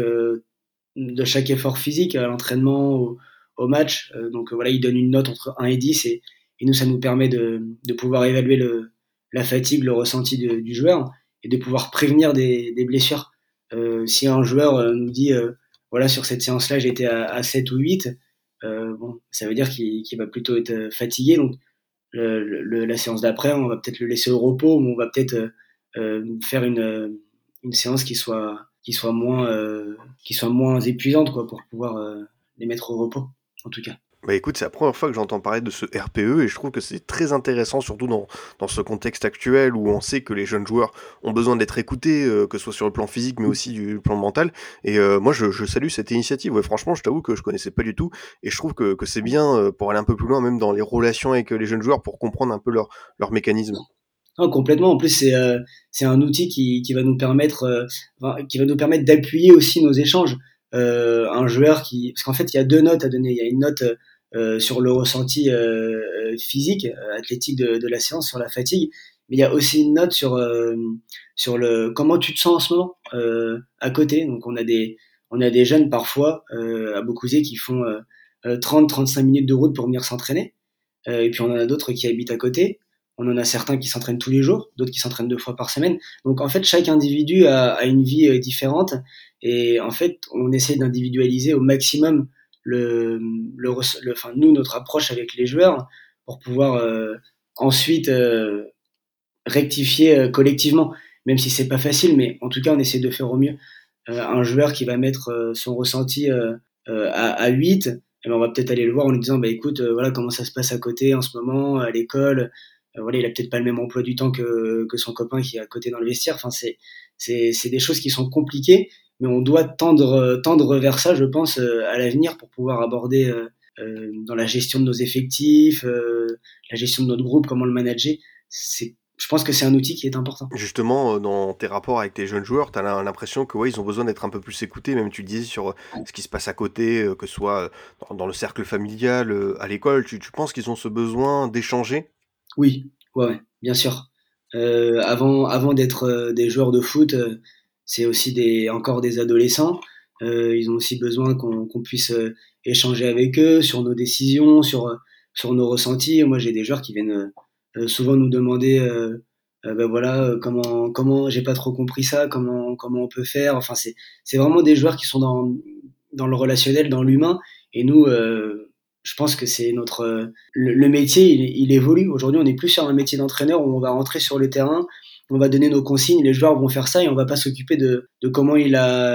effort physique, à l'entraînement, au match. Donc voilà, il donne une note entre 1 et 10, et nous, ça nous permet de pouvoir évaluer la fatigue, le ressenti du joueur, et de pouvoir prévenir des blessures. Si un joueur nous dit voilà, sur cette séance-là, j'étais à 7 ou 8, bon, ça veut dire qu'il va plutôt être fatigué. Donc la séance d'après, on va peut-être le laisser au repos, ou on va peut-être faire une séance qui soit moins épuisante, quoi, pour pouvoir les mettre au repos, en tout cas. Bah écoute, c'est la première fois que j'entends parler de ce RPE et je trouve que c'est très intéressant, surtout dans ce contexte actuel où on sait que les jeunes joueurs ont besoin d'être écoutés, que ce soit sur le plan physique mais aussi du plan mental. Et moi, je salue cette initiative. Ouais, franchement, je t'avoue que je connaissais pas du tout et je trouve que c'est bien pour aller un peu plus loin, même dans les relations avec les jeunes joueurs, pour comprendre un peu leur mécanisme. Non, complètement. En plus, c'est un outil qui va nous permettre d'appuyer aussi nos échanges. Un joueur parce qu'en fait, il y a deux notes à donner. Il y a une note sur le ressenti physique, athlétique de la séance, sur la fatigue, mais il y a aussi une note sur le comment tu te sens en ce moment à côté. Donc, on a des jeunes parfois à Beaucouzé qui font 30-35 minutes de route pour venir s'entraîner. Et puis on en a d'autres qui habitent à côté. On en a certains qui s'entraînent tous les jours, d'autres qui s'entraînent 2 fois par semaine. Donc en fait, chaque individu a une vie différente. Et en fait, on essaie d'individualiser au maximum enfin, nous, notre approche avec les joueurs pour pouvoir ensuite rectifier collectivement. Même si c'est pas facile, mais en tout cas, on essaie de faire au mieux. Un joueur qui va mettre son ressenti à 8, eh ben, on va peut-être aller le voir en lui disant bah écoute voilà comment ça se passe à côté en ce moment à l'école, voilà il a peut-être pas le même emploi du temps que son copain qui est à côté dans le vestiaire. Enfin c'est des choses qui sont compliquées, mais on doit tendre vers ça, je pense, à l'avenir pour pouvoir aborder dans la gestion de nos effectifs, la gestion de notre groupe, comment le manager. Je pense que c'est un outil qui est important. Justement, dans tes rapports avec tes jeunes joueurs, tu as l'impression que ouais, ils ont besoin d'être un peu plus écoutés, même tu le disais sur ce qui se passe à côté, que ce soit dans le cercle familial, à l'école, tu penses qu'ils ont ce besoin d'échanger? Oui, ouais, ouais, bien sûr. Avant d'être des joueurs de foot, c'est aussi encore des adolescents. Ils ont aussi besoin qu'on puisse échanger avec eux sur nos décisions, sur nos ressentis. Moi, j'ai des joueurs qui viennent souvent nous demander, ben voilà, comment j'ai pas trop compris ça, comment on peut faire. Enfin, c'est vraiment des joueurs qui sont dans le relationnel, dans l'humain. Et nous, je pense que c'est le métier, il évolue. Aujourd'hui, on n'est plus sur un métier d'entraîneur où on va rentrer sur le terrain, on va donner nos consignes, les joueurs vont faire ça et on va pas s'occuper de comment il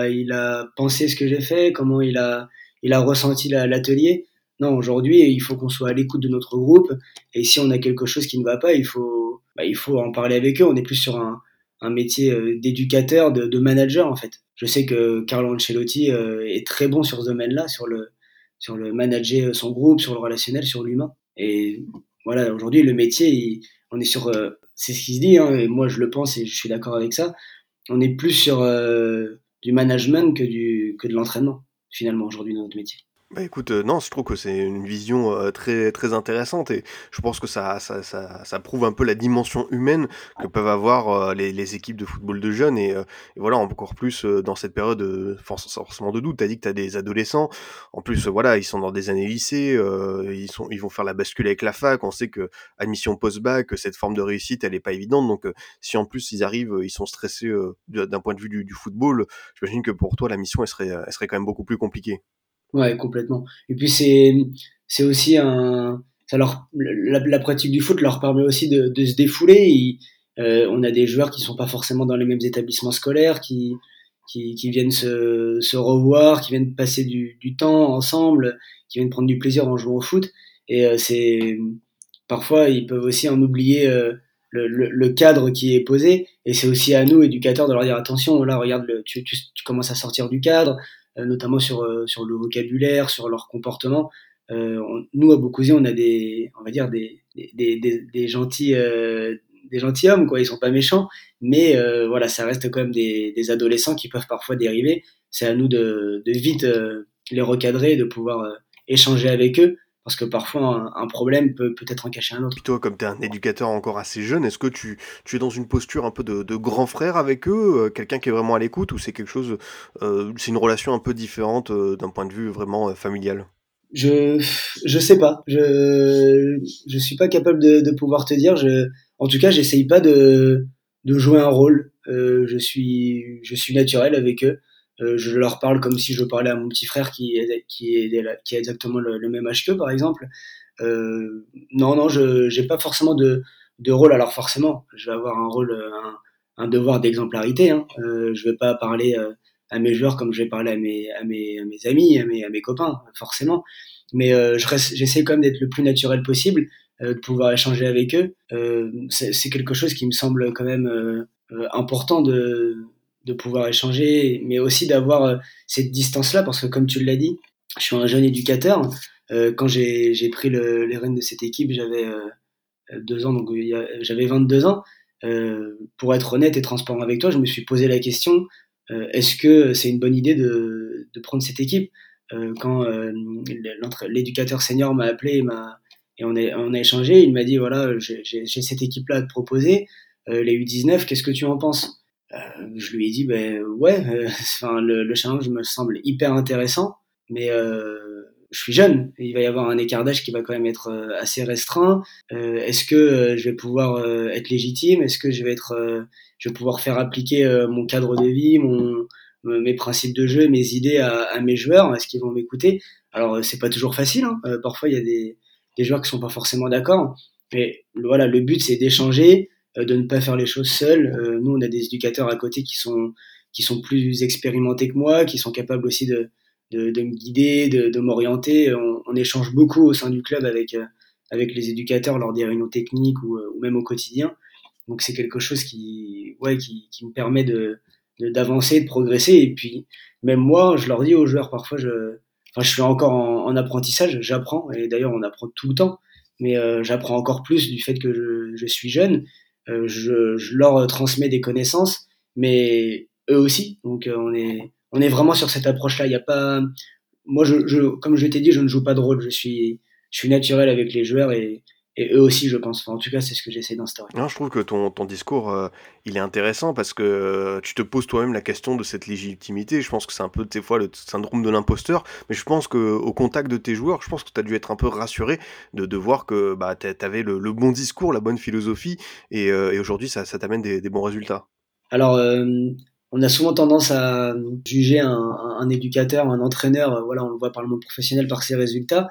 a pensé ce que j'ai fait, comment il a ressenti l'atelier. Non, aujourd'hui, il faut qu'on soit à l'écoute de notre groupe et si on a quelque chose qui ne va pas, il faut en parler avec eux. On est plus sur un métier d'éducateur, de manager en fait. Je sais que Carlo Ancelotti est très bon sur ce domaine-là, sur le manager son groupe, sur le relationnel, sur l'humain. Et voilà, aujourd'hui, le métier, on est sur, c'est ce qui se dit, hein, et moi je le pense et je suis d'accord avec ça. On est plus sur du management que de l'entraînement, finalement, aujourd'hui, dans notre métier. Bah écoute, non, je trouve que c'est une vision très, très intéressante et je pense que ça prouve un peu la dimension humaine que peuvent avoir les équipes de football de jeunes et voilà, encore plus dans cette période sans forcément de doute. Tu as dit que tu as des adolescents, en plus, voilà, ils sont dans des années lycée, ils vont faire la bascule avec la fac, on sait que admission post-bac, cette forme de réussite, elle est pas évidente, donc si en plus ils arrivent, ils sont stressés d'un point de vue du football, j'imagine que pour toi la mission elle serait quand même beaucoup plus compliquée. Ouais, complètement. Et puis c'est aussi la pratique du foot leur permet aussi de se défouler. On a des joueurs qui sont pas forcément dans les mêmes établissements scolaires, qui viennent se revoir, qui viennent passer du temps ensemble, qui viennent prendre du plaisir en jouant au foot. Et parfois ils peuvent aussi en oublier le cadre qui est posé. Et c'est aussi à nous éducateurs de leur dire attention, là regarde, tu commences à sortir du cadre, notamment sur le vocabulaire, sur leur comportement. Nous à Beaucouzé, on a on va dire des gentils des gentilshommes, quoi. Ils sont pas méchants, mais voilà, ça reste quand même des adolescents qui peuvent parfois dériver. C'est à nous de vite les recadrer, de pouvoir échanger avec eux, parce que parfois un problème peut peut-être en cacher un autre. Puis toi, comme tu es un éducateur encore assez jeune, est-ce que tu es dans une posture un peu de grand frère avec eux, quelqu'un qui est vraiment à l'écoute, ou c'est quelque chose, c'est une relation un peu différente d'un point de vue vraiment familial? Je sais pas. Je suis pas capable de pouvoir te dire. En tout cas, j'essaye pas de jouer un rôle. Je suis naturel avec eux. Je leur parle comme si je parlais à mon petit frère qui a exactement le même âge qu'eux, par exemple. Non, j'ai pas forcément de rôle. Alors forcément, je vais avoir un rôle, un devoir d'exemplarité. Hein. Je vais pas parler à mes joueurs comme je vais parler à mes amis, à mes copains, forcément. mais j'essaie quand même d'être le plus naturel possible, de pouvoir échanger avec eux. C'est quelque chose qui me semble quand même important de pouvoir échanger, mais aussi d'avoir cette distance-là, parce que comme tu l'as dit, je suis un jeune éducateur. Quand j'ai pris les rênes de cette équipe, j'avais 2 ans, donc j'avais 22 ans. Pour être honnête et transparent avec toi, je me suis posé la question, est-ce que c'est une bonne idée de prendre cette équipe? Quand l'éducateur senior m'a appelé et on a échangé, il m'a dit, voilà, j'ai cette équipe-là à te proposer, les U19, qu'est-ce que tu en penses? Je lui ai dit, ouais, le challenge me semble hyper intéressant, mais je suis jeune, il va y avoir un écart d'âge qui va quand même être assez restreint. Est-ce que je vais pouvoir être légitime? Est-ce que je vais pouvoir faire appliquer mon cadre de vie, mes principes de jeu, mes idées à mes joueurs? Est-ce qu'ils vont m'écouter? Alors c'est pas toujours facile, hein. Parfois il y a des joueurs qui sont pas forcément d'accord, mais voilà, le but c'est d'échanger, de ne pas faire les choses seuls. Nous on a des éducateurs à côté qui sont plus expérimentés que moi, qui sont capables aussi de me guider, de m'orienter. On échange beaucoup au sein du club avec les éducateurs lors des réunions techniques ou même au quotidien. Donc c'est quelque chose qui me permet d'avancer, de progresser. Et puis même moi, je leur dis aux joueurs parfois, je suis encore en apprentissage, j'apprends, et d'ailleurs on apprend tout le temps, mais j'apprends encore plus du fait que je suis jeune. Je leur transmets des connaissances, mais eux aussi. Donc on est vraiment sur cette approche-là. Il y a pas, moi comme je t'ai dit, je ne joue pas de rôle. Je suis naturel avec les joueurs et eux aussi, je pense. Enfin, en tout cas, c'est ce que j'essaie d'instaurer. Non, je trouve que ton discours, il est intéressant parce que tu te poses toi-même la question de cette légitimité. Je pense que c'est un peu des fois le syndrome de l'imposteur, mais je pense qu'au contact de tes joueurs, je pense que tu as dû être un peu rassuré de voir que t'avais le bon discours, la bonne philosophie, et aujourd'hui ça t'amène des bons résultats. Alors, on a souvent tendance à juger un éducateur, un entraîneur, voilà, on le voit par le monde professionnel, par ses résultats.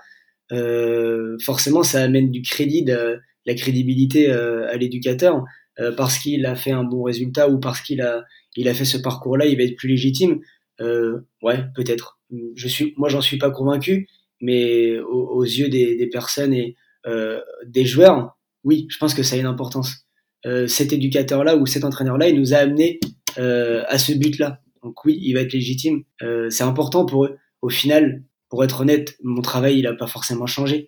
Forcément ça amène du crédit, de la crédibilité à l'éducateur, parce qu'il a fait un bon résultat ou parce qu'il a fait ce parcours-là, il va être plus légitime. Ouais, peut-être. Moi j'en suis pas convaincu, mais aux yeux des personnes et des joueurs, oui, je pense que ça a une importance. Cet éducateur-là ou cet entraîneur-là, il nous a amené à ce but-là. Donc oui, il va être légitime. C'est important pour eux. Au final, pour être honnête, mon travail, il a pas forcément changé.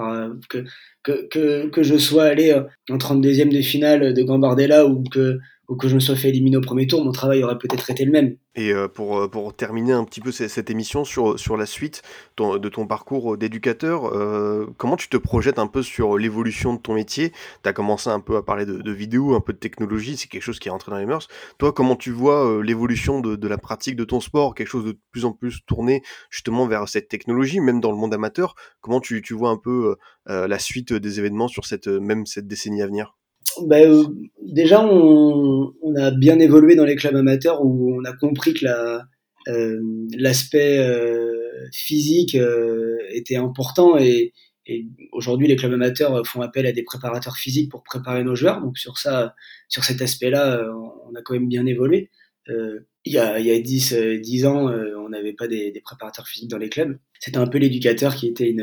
Que je sois allé en 32e de finale de Gambardella ou que je me sois fait éliminer au premier tour, mon travail aurait peut-être été le même. Et pour terminer un petit peu cette émission sur la suite de ton parcours d'éducateur, comment tu te projettes un peu sur l'évolution de ton métier? Tu as commencé un peu à parler de vidéo, un peu de technologie, c'est quelque chose qui est rentré dans les mœurs. Toi, comment tu vois l'évolution de la pratique de ton sport, quelque chose de plus en plus tourné justement vers cette technologie, même dans le monde amateur? Comment tu vois un peu la suite des événements sur cette décennie à venir? Déjà, on a bien évolué dans les clubs amateurs où on a compris que l'aspect physique était important et aujourd'hui les clubs amateurs font appel à des préparateurs physiques pour préparer nos joueurs. Donc sur cet aspect-là, on a quand même bien évolué. Il y a 10 ans, on n'avait pas des préparateurs physiques dans les clubs. C'était un peu l'éducateur qui était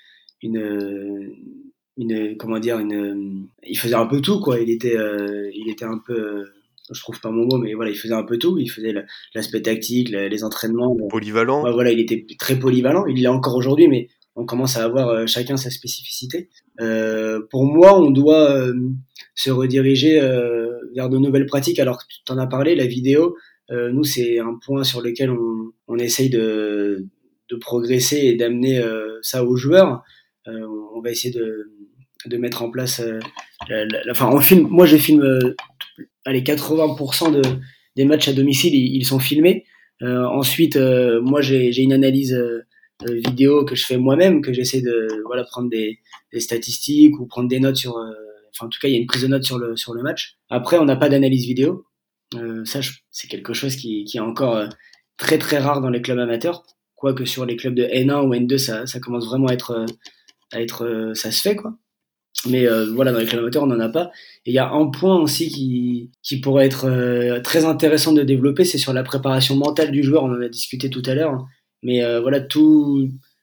il faisait un peu tout, quoi. Il était un peu, je trouve pas mon mot, mais voilà, il faisait un peu tout. Il faisait l'aspect tactique, les entraînements. Polyvalent. Ouais, voilà, il était très polyvalent. Il l'est encore aujourd'hui, mais on commence à avoir chacun sa spécificité. Pour moi, on doit se rediriger vers de nouvelles pratiques. Alors, tu en as parlé, la vidéo. Nous, c'est un point sur lequel on essaye de progresser et d'amener ça aux joueurs. On va essayer de mettre en place on filme, moi je filme 80% des matchs à domicile, ils sont filmés. Ensuite moi j'ai une analyse vidéo que je fais moi-même, que j'essaie de prendre des statistiques ou prendre des notes sur en tout cas il y a une prise de notes sur le match. Après on n'a pas d'analyse vidéo, c'est quelque chose qui est encore très très rare dans les clubs amateurs, quoique sur les clubs de N1 ou N2 ça commence vraiment à être ça se fait, quoi. Mais dans les clubs amateurs on n'en a pas. Et il y a un point aussi qui pourrait être très intéressant de développer, c'est sur la préparation mentale du joueur. On en a discuté tout à l'heure, mais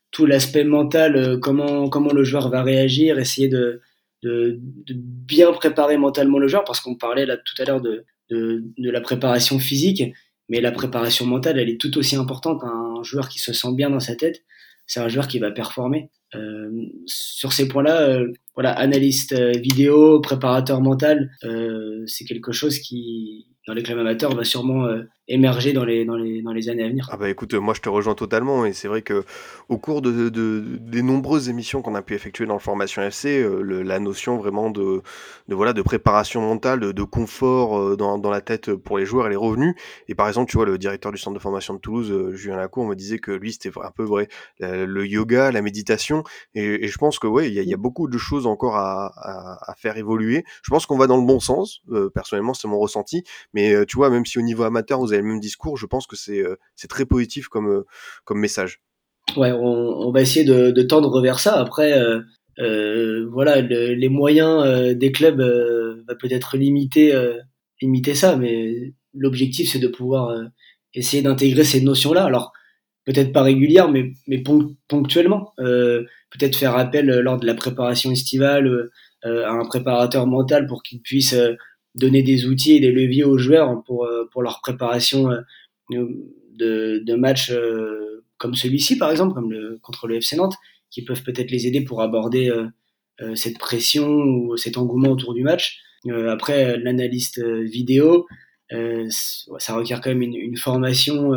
tout l'aspect mental, comment le joueur va réagir, essayer de bien préparer mentalement le joueur, parce qu'on parlait là tout à l'heure de la préparation physique, mais la préparation mentale, elle est tout aussi importante. Un joueur qui se sent bien dans sa tête, c'est un joueur qui va performer. Sur ces points-là, voilà, analyste vidéo, préparateur mental, c'est quelque chose qui, dans les clubs amateurs, va sûrement émerger dans les années à venir. Ah bah écoute, moi je te rejoins totalement, et c'est vrai que au cours des nombreuses émissions qu'on a pu effectuer dans le Formation FC, la notion vraiment de préparation mentale, de confort dans la tête pour les joueurs, elle est revenue. Et par exemple, tu vois, le directeur du centre de formation de Toulouse, Julien Lacour, me disait que lui c'était un peu vrai, le yoga, la méditation, et je pense que ouais, il y a beaucoup de choses encore à faire évoluer. Je pense qu'on va dans le bon sens, personnellement c'est mon ressenti, mais tu vois, même si au niveau amateur vous avez le même discours, je pense que c'est très positif comme message. Ouais, on va essayer de tendre vers ça. Après, voilà, les moyens des clubs va peut-être limiter ça, mais l'objectif c'est de pouvoir essayer d'intégrer ces notions-là. Alors peut-être pas régulière, mais ponctuellement. Peut-être faire appel lors de la préparation estivale à un préparateur mental pour qu'il puisse donner des outils et des leviers aux joueurs pour leur préparation de matchs comme celui-ci, par exemple, contre le FC Nantes, qui peuvent peut-être les aider pour aborder cette pression ou cet engouement autour du match. Après, l'analyste vidéo, ça requiert quand même une formation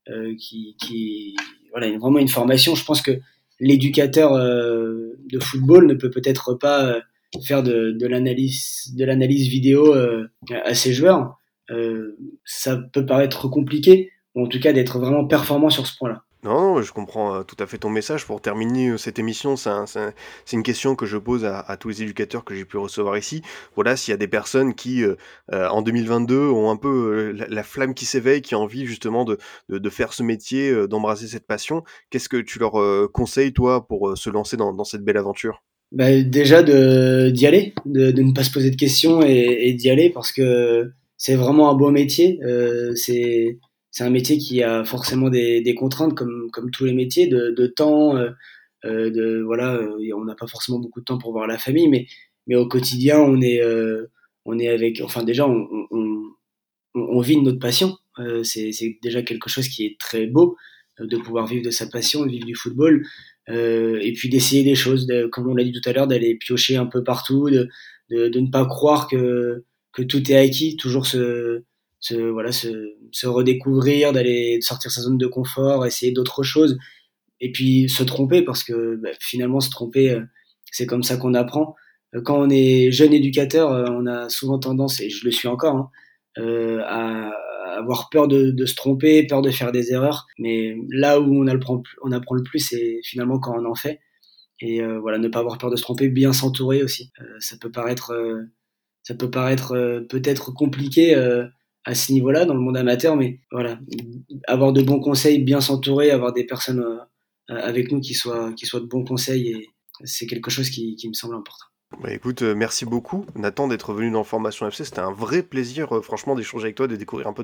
voilà, vraiment une formation. Je pense que l'éducateur de football ne peut peut-être pas faire de l'analyse vidéo à ses joueurs. Ça peut paraître compliqué, ou en tout cas d'être vraiment performant sur ce point-là. Non, je comprends tout à fait ton message. Pour terminer cette émission, c'est une question que je pose à tous les éducateurs que j'ai pu recevoir ici. Voilà, s'il y a des personnes qui, en 2022, ont un peu la flamme qui s'éveille, qui ont envie justement de faire ce métier, d'embrasser cette passion, qu'est-ce que tu leur conseilles, toi, pour se lancer dans cette belle aventure ? Bah, déjà d'y aller, de ne pas se poser de questions et d'y aller, parce que c'est vraiment un beau métier. C'est un métier qui a forcément des contraintes comme tous les métiers de temps, voilà, on n'a pas forcément beaucoup de temps pour voir la famille, mais au quotidien on est avec, enfin déjà on vit de notre passion. C'est déjà quelque chose qui est très beau, de pouvoir vivre de sa passion, de vivre du football, et puis d'essayer des choses, comme on l'a dit tout à l'heure, d'aller piocher un peu partout, de ne pas croire que tout est acquis, toujours se redécouvrir, d'aller sortir sa zone de confort, essayer d'autres choses, et puis se tromper, parce que finalement se tromper, c'est comme ça qu'on apprend. Quand on est jeune éducateur, on a souvent tendance, et je le suis encore, à avoir peur de se tromper, peur de faire des erreurs, mais là où on apprend le plus, c'est finalement quand on en fait. Et voilà, ne pas avoir peur de se tromper, bien s'entourer aussi. Ça peut paraître peut-être compliqué à ce niveau-là dans le monde amateur, mais voilà, avoir de bons conseils, bien s'entourer, avoir des personnes avec nous qui soient de bons conseils, et c'est quelque chose qui me semble important. Bah écoute, merci beaucoup Nathan d'être venu dans Formation FC, c'était un vrai plaisir franchement d'échanger avec toi, de découvrir un peu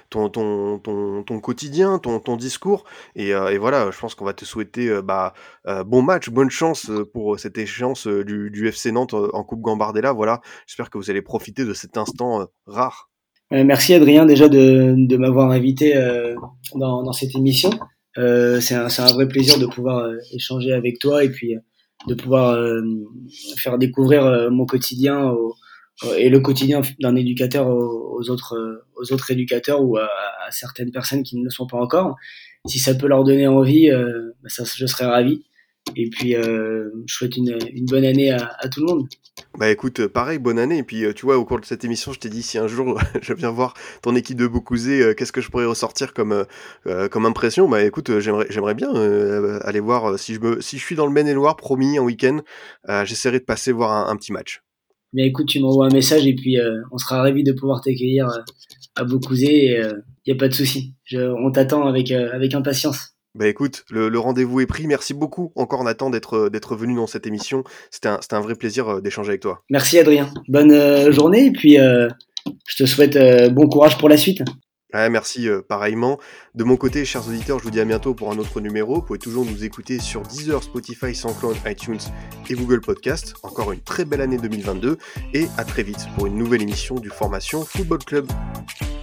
ton quotidien, ton discours, et voilà, je pense qu'on va te souhaiter bon match, bonne chance pour cette échéance du FC Nantes en Coupe Gambardella. Voilà, j'espère que vous allez profiter de cet instant rare. Merci Adrien déjà de m'avoir invité dans cette émission. C'est un vrai plaisir de pouvoir échanger avec toi, et puis de pouvoir faire découvrir mon quotidien et le quotidien d'un éducateur aux autres éducateurs, ou à certaines personnes qui ne le sont pas encore. Si ça peut leur donner envie, je serais ravi. Et puis je souhaite une bonne année à tout le monde. Bah écoute, pareil, bonne année. Et puis tu vois, au cours de cette émission, je t'ai dit, si un jour je viens voir ton équipe de Beaucouzé, qu'est-ce que je pourrais ressortir comme impression. Bah écoute, j'aimerais bien aller voir, si je suis dans le Maine-et-Loire, promis, en week-end, j'essaierai de passer voir un petit match. Bien écoute, tu m'envoies un message, et puis on sera ravis de pouvoir t'accueillir à Beaucouzé, et y a pas de souci. On t'attend avec impatience. Bah écoute, le rendez-vous est pris. Merci beaucoup encore Nathan d'être venu dans cette émission. C'était un vrai plaisir d'échanger avec toi. Merci Adrien. Bonne journée, et puis je te souhaite bon courage pour la suite. Ouais, merci, pareillement. De mon côté, chers auditeurs, je vous dis à bientôt pour un autre numéro. Vous pouvez toujours nous écouter sur Deezer, Spotify, SoundCloud, iTunes et Google Podcast. Encore une très belle année 2022 et à très vite pour une nouvelle émission du Formation Football Club.